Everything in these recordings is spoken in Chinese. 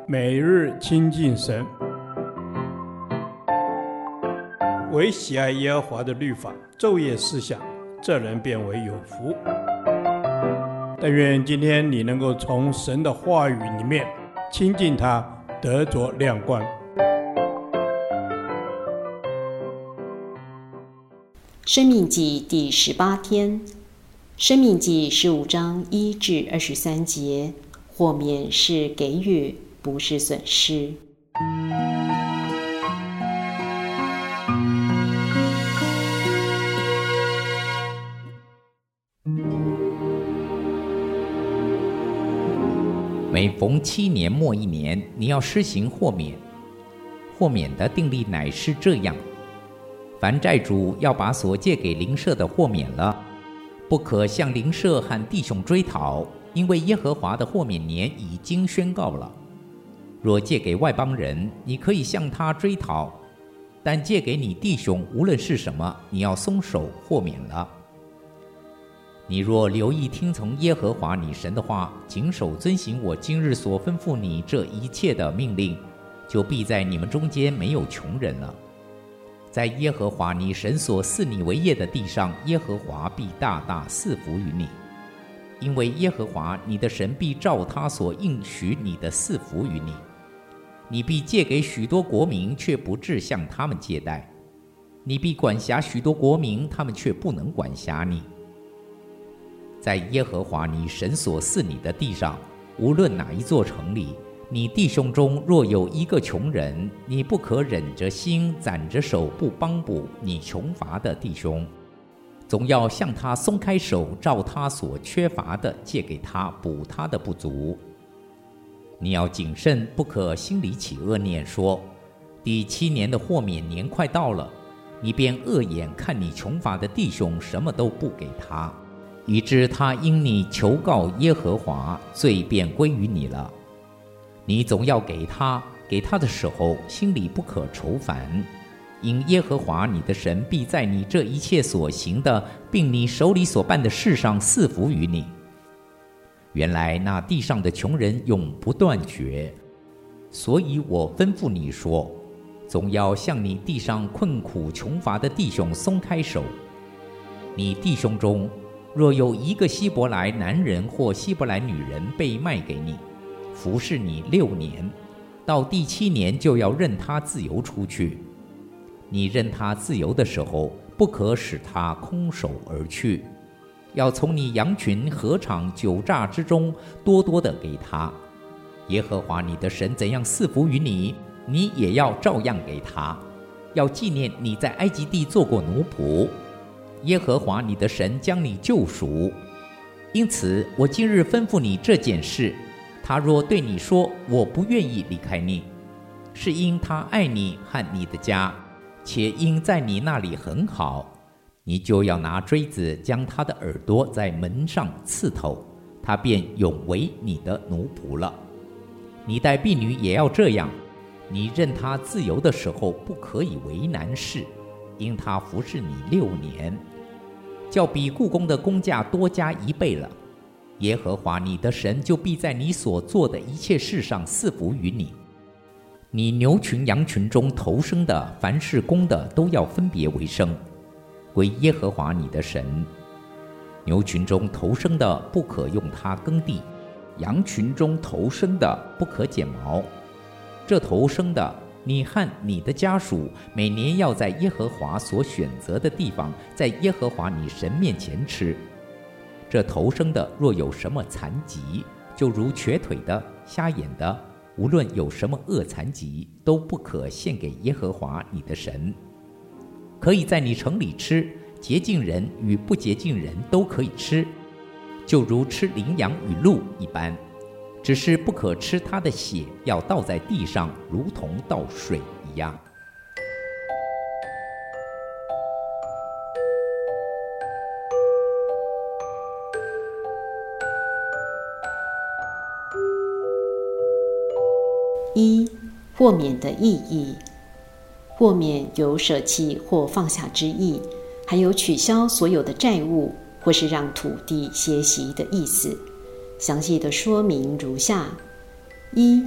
每日亲近神，唯喜爱耶和华的律法，昼夜思想，这人变为有福。但愿今天你能够从神的话语里面亲近他，得着亮光。 申命记第18天，申命记15章1至23节，豁免是给予，不是损失。 每逢7年末1年，你要施行豁免。豁免的定例乃是这样：凡债主要把所借给邻舍的豁免了，不可向邻舍和弟兄追讨，因为耶和华的豁免年已经宣告了。若借给外邦人，你可以向他追讨，但借给你弟兄，无论是什么，你要松手豁免了。你若留意听从耶和华你神的话，谨守遵行我今日所吩咐你这一切的命令，就必在你们中间没有穷人了。在耶和华你神所赐你为业的地上，耶和华必大大赐福于你，因为耶和华你的神必照他所应许你的赐福于你。你必借给许多国民，却不致向他们借贷；你必管辖许多国民，他们却不能管辖你。在耶和华你神所赐你的地上，无论哪一座城里，你弟兄中若有一个穷人，你不可忍着心攒着手不帮补你穷乏的弟兄，总要向他松开手，照他所缺乏的借给他，补他的不足。你要谨慎，不可心里起恶念，说第7年的豁免年快到了，你便恶眼看你穷乏的弟兄，什么都不给他，以致他因你求告耶和华，罪便归于你了。你总要给他，给他的时候，心里不可愁烦，因耶和华你的神必在你这一切所行的，并你手里所办的事上赐福于你。原来那地上的穷人永不断绝，所以我吩咐你说，总要向你地上困苦穷乏的弟兄松开手。你弟兄中若有一个希伯来男人或希伯来女人被卖给你，服侍你6年，到第7年就要任他自由出去。你任他自由的时候，不可使他空手而去，要从你羊群、禾场、酒榨之中多多的给他。耶和华你的神怎样赐福于你，你也要照样给他，要纪念你在埃及地做过奴仆。耶和华你的神将你救赎，因此我今日吩咐你这件事。他若对你说我不愿意离开你，是因他爱你和你的家，且因在你那里很好，你就要拿锥子将他的耳朵在门上刺透，他便永为你的奴仆了。你待婢女也要这样，你任他自由的时候，不可以为难事，因他服侍你6年，叫比雇工的工价多加1倍了。耶和华你的神就必在你所做的一切事上赐福于你。你牛群羊群中头生的，凡是公的，都要分别为圣，归耶和华你的神。牛群中头生的不可用它耕地，羊群中头生的不可剪毛。这头生的，你和你的家属每年要在耶和华所选择的地方，在耶和华你神面前吃。这头生的若有什么残疾，就如瘸腿的、瞎眼的，无论有什么恶残疾，都不可献给耶和华你的神。可以在你城里吃，洁净人与不洁净人都可以吃，就如吃羚羊与鹿一般，只是不可吃它的血，要倒在地上，如同倒水一样。 1、豁免的意义。豁免有舍弃或放下之意，还有取消所有的债务，或是让土地歇息的意思。详细的说明如下：1、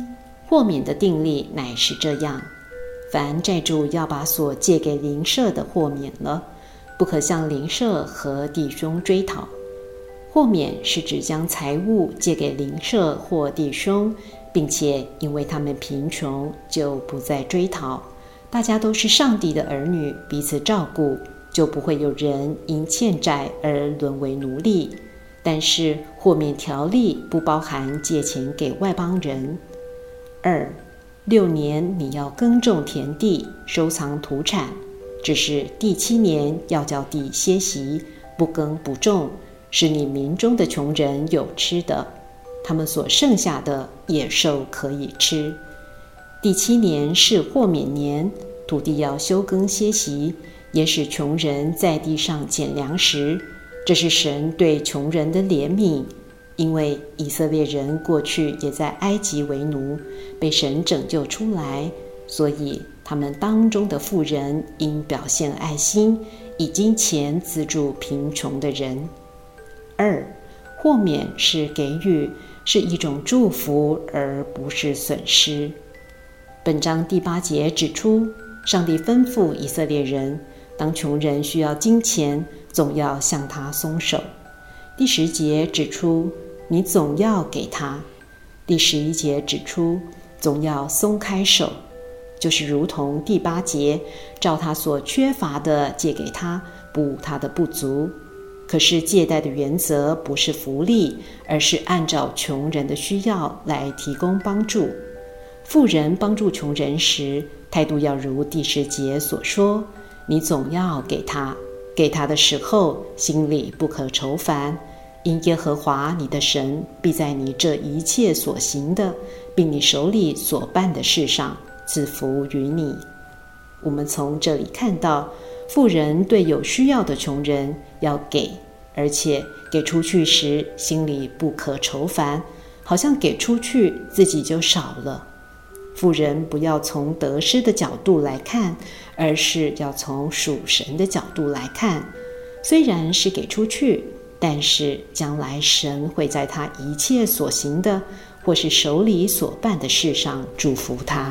豁免的定例乃是这样：凡债主要把所借给邻舍的豁免了，不可向邻舍和弟兄追讨。豁免是指将财物借给邻舍或弟兄，并且因为他们贫穷，就不再追讨。大家都是上帝的儿女，彼此照顾，就不会有人因欠债而沦为奴隶。但是豁免条例不包含借钱给外邦人。2、6年你要耕种田地，收藏土产，只是第7年要叫地歇息，不耕不种，使你民中的穷人有吃的，他们所剩下的野兽可以吃。第7年是豁免年，土地要休耕歇息，也使穷人在地上捡粮食。这是神对穷人的怜悯，因为以色列人过去也在埃及为奴，被神拯救出来，所以他们当中的富人应表现爱心，以金钱资助贫穷的人。2、豁免是给予，是一种祝福，而不是损失。本章第8节指出，上帝吩咐以色列人，当穷人需要金钱，总要向他松手。第10节指出，你总要给他。第11节指出，总要松开手，就是如同第8节，照他所缺乏的借给他，补他的不足。可是借贷的原则不是福利，而是按照穷人的需要来提供帮助。富人帮助穷人时，态度要如第10节所说，你总要给他，给他的时候，心里不可愁烦，因耶和华你的神必在你这一切所行的，并你手里所办的事上赐福于你。我们从这里看到，富人对有需要的穷人要给，而且给出去时心里不可愁烦，好像给出去自己就少了。富人不要从得失的角度来看，而是要从属神的角度来看。虽然是给出去，但是将来神会在他一切所行的，或是手里所办的事上祝福他。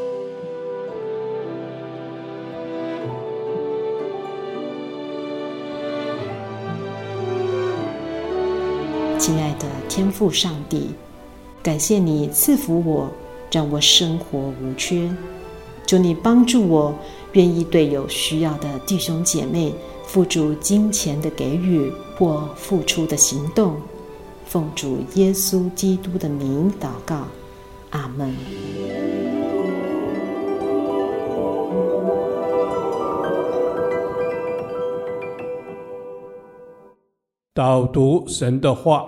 亲爱的天父上帝，感谢你赐福我，让我生活无缺。求你帮助我，愿意对有需要的弟兄姐妹付诸金钱的给予或付出的行动。奉主耶稣基督的名祷告，阿们。 导读神的话。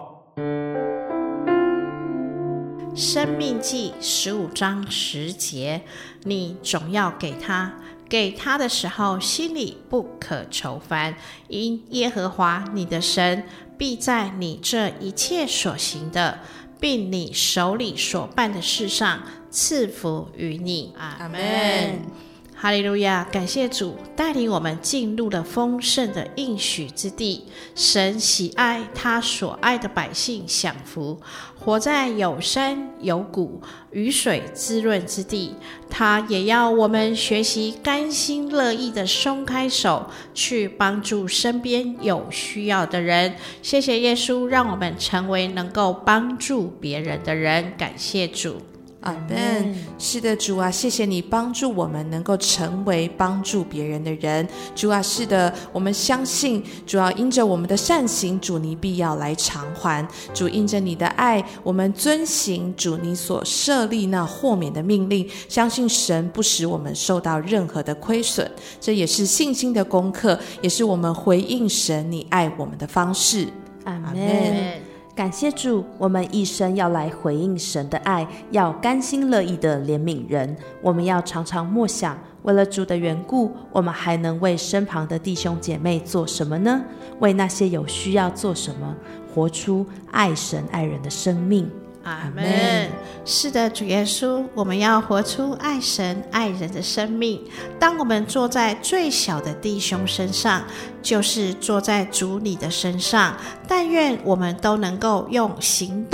申命记15章10节，你总要给他，给他的时候心里不可愁烦，因耶和华你的神必在你这一切所行的，并你手里所办的事上赐福于你。阿们。哈利路亚！感谢主带领我们进入了丰盛的应许之地。神喜爱他所爱的百姓享福，活在有山有谷、雨水滋润之地。他也要我们学习甘心乐意的松开手，去帮助身边有需要的人。谢谢耶稣，让我们成为能够帮助别人的人。感谢主。 阿们。是的，主啊，谢谢你帮助我们能够成为帮助别人的人。主啊，是的，我们相信主要因着我们的善行，主你必要来偿还。主因着你的爱，我们遵行主你所设立那豁免的命令，相信神不使我们受到任何的亏损。这也是信心的功课，也是我们回应神你爱我们的方式。 阿们。感谢主，我们一生要来回应神的爱，要甘心乐意的怜悯人。我们要常常默想，为了主的缘故，我们还能为身旁的弟兄姐妹做什么呢？为那些有需要做什么？活出爱神爱人的生命。 阿们。是的，主耶稣，我们要活出爱神爱人的生命。当我们坐在最小的弟兄身上，就是坐在主你的身上。但愿我们都能够用行动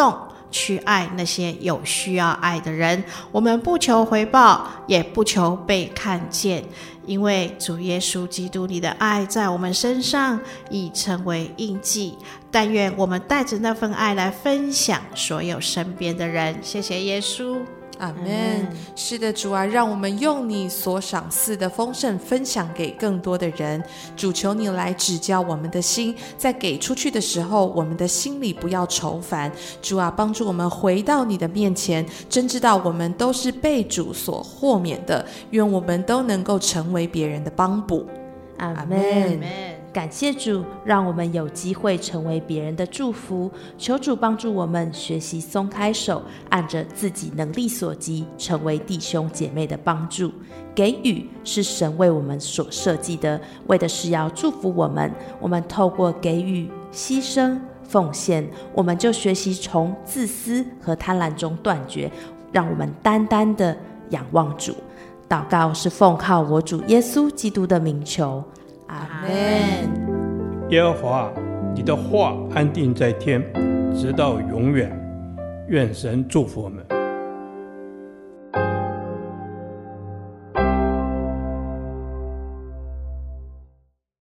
去爱那些有需要爱的人。我们不求回报，也不求被看见，因为主耶稣基督你的爱在我们身上已成为印记。但愿我们带着那份爱来分享所有身边的人。谢谢耶稣。 阿们。是的，主啊，让我们用你所赏赐的丰盛分享给更多的人。主，求你来指教我们的心，在给出去的时候，我们的心里不要愁烦。主啊，帮助我们回到你的面前，真知道我们都是被主所豁免的。愿我们都能够成为别人的帮补。 阿们。感谢主，让我们有机会成为别人的祝福。求主帮助我们学习松开手，按着自己能力所及，成为弟兄姐妹的帮助。给予是神为我们所设计的，为的是要祝福我们。我们透过给予、牺牲、奉献，我们就学习从自私和贪婪中断绝，让我们单单的仰望主。祷告是奉靠我主耶稣基督的名求。阿们。 耶和华，你的话安定在天，直到永远。愿神祝福我们。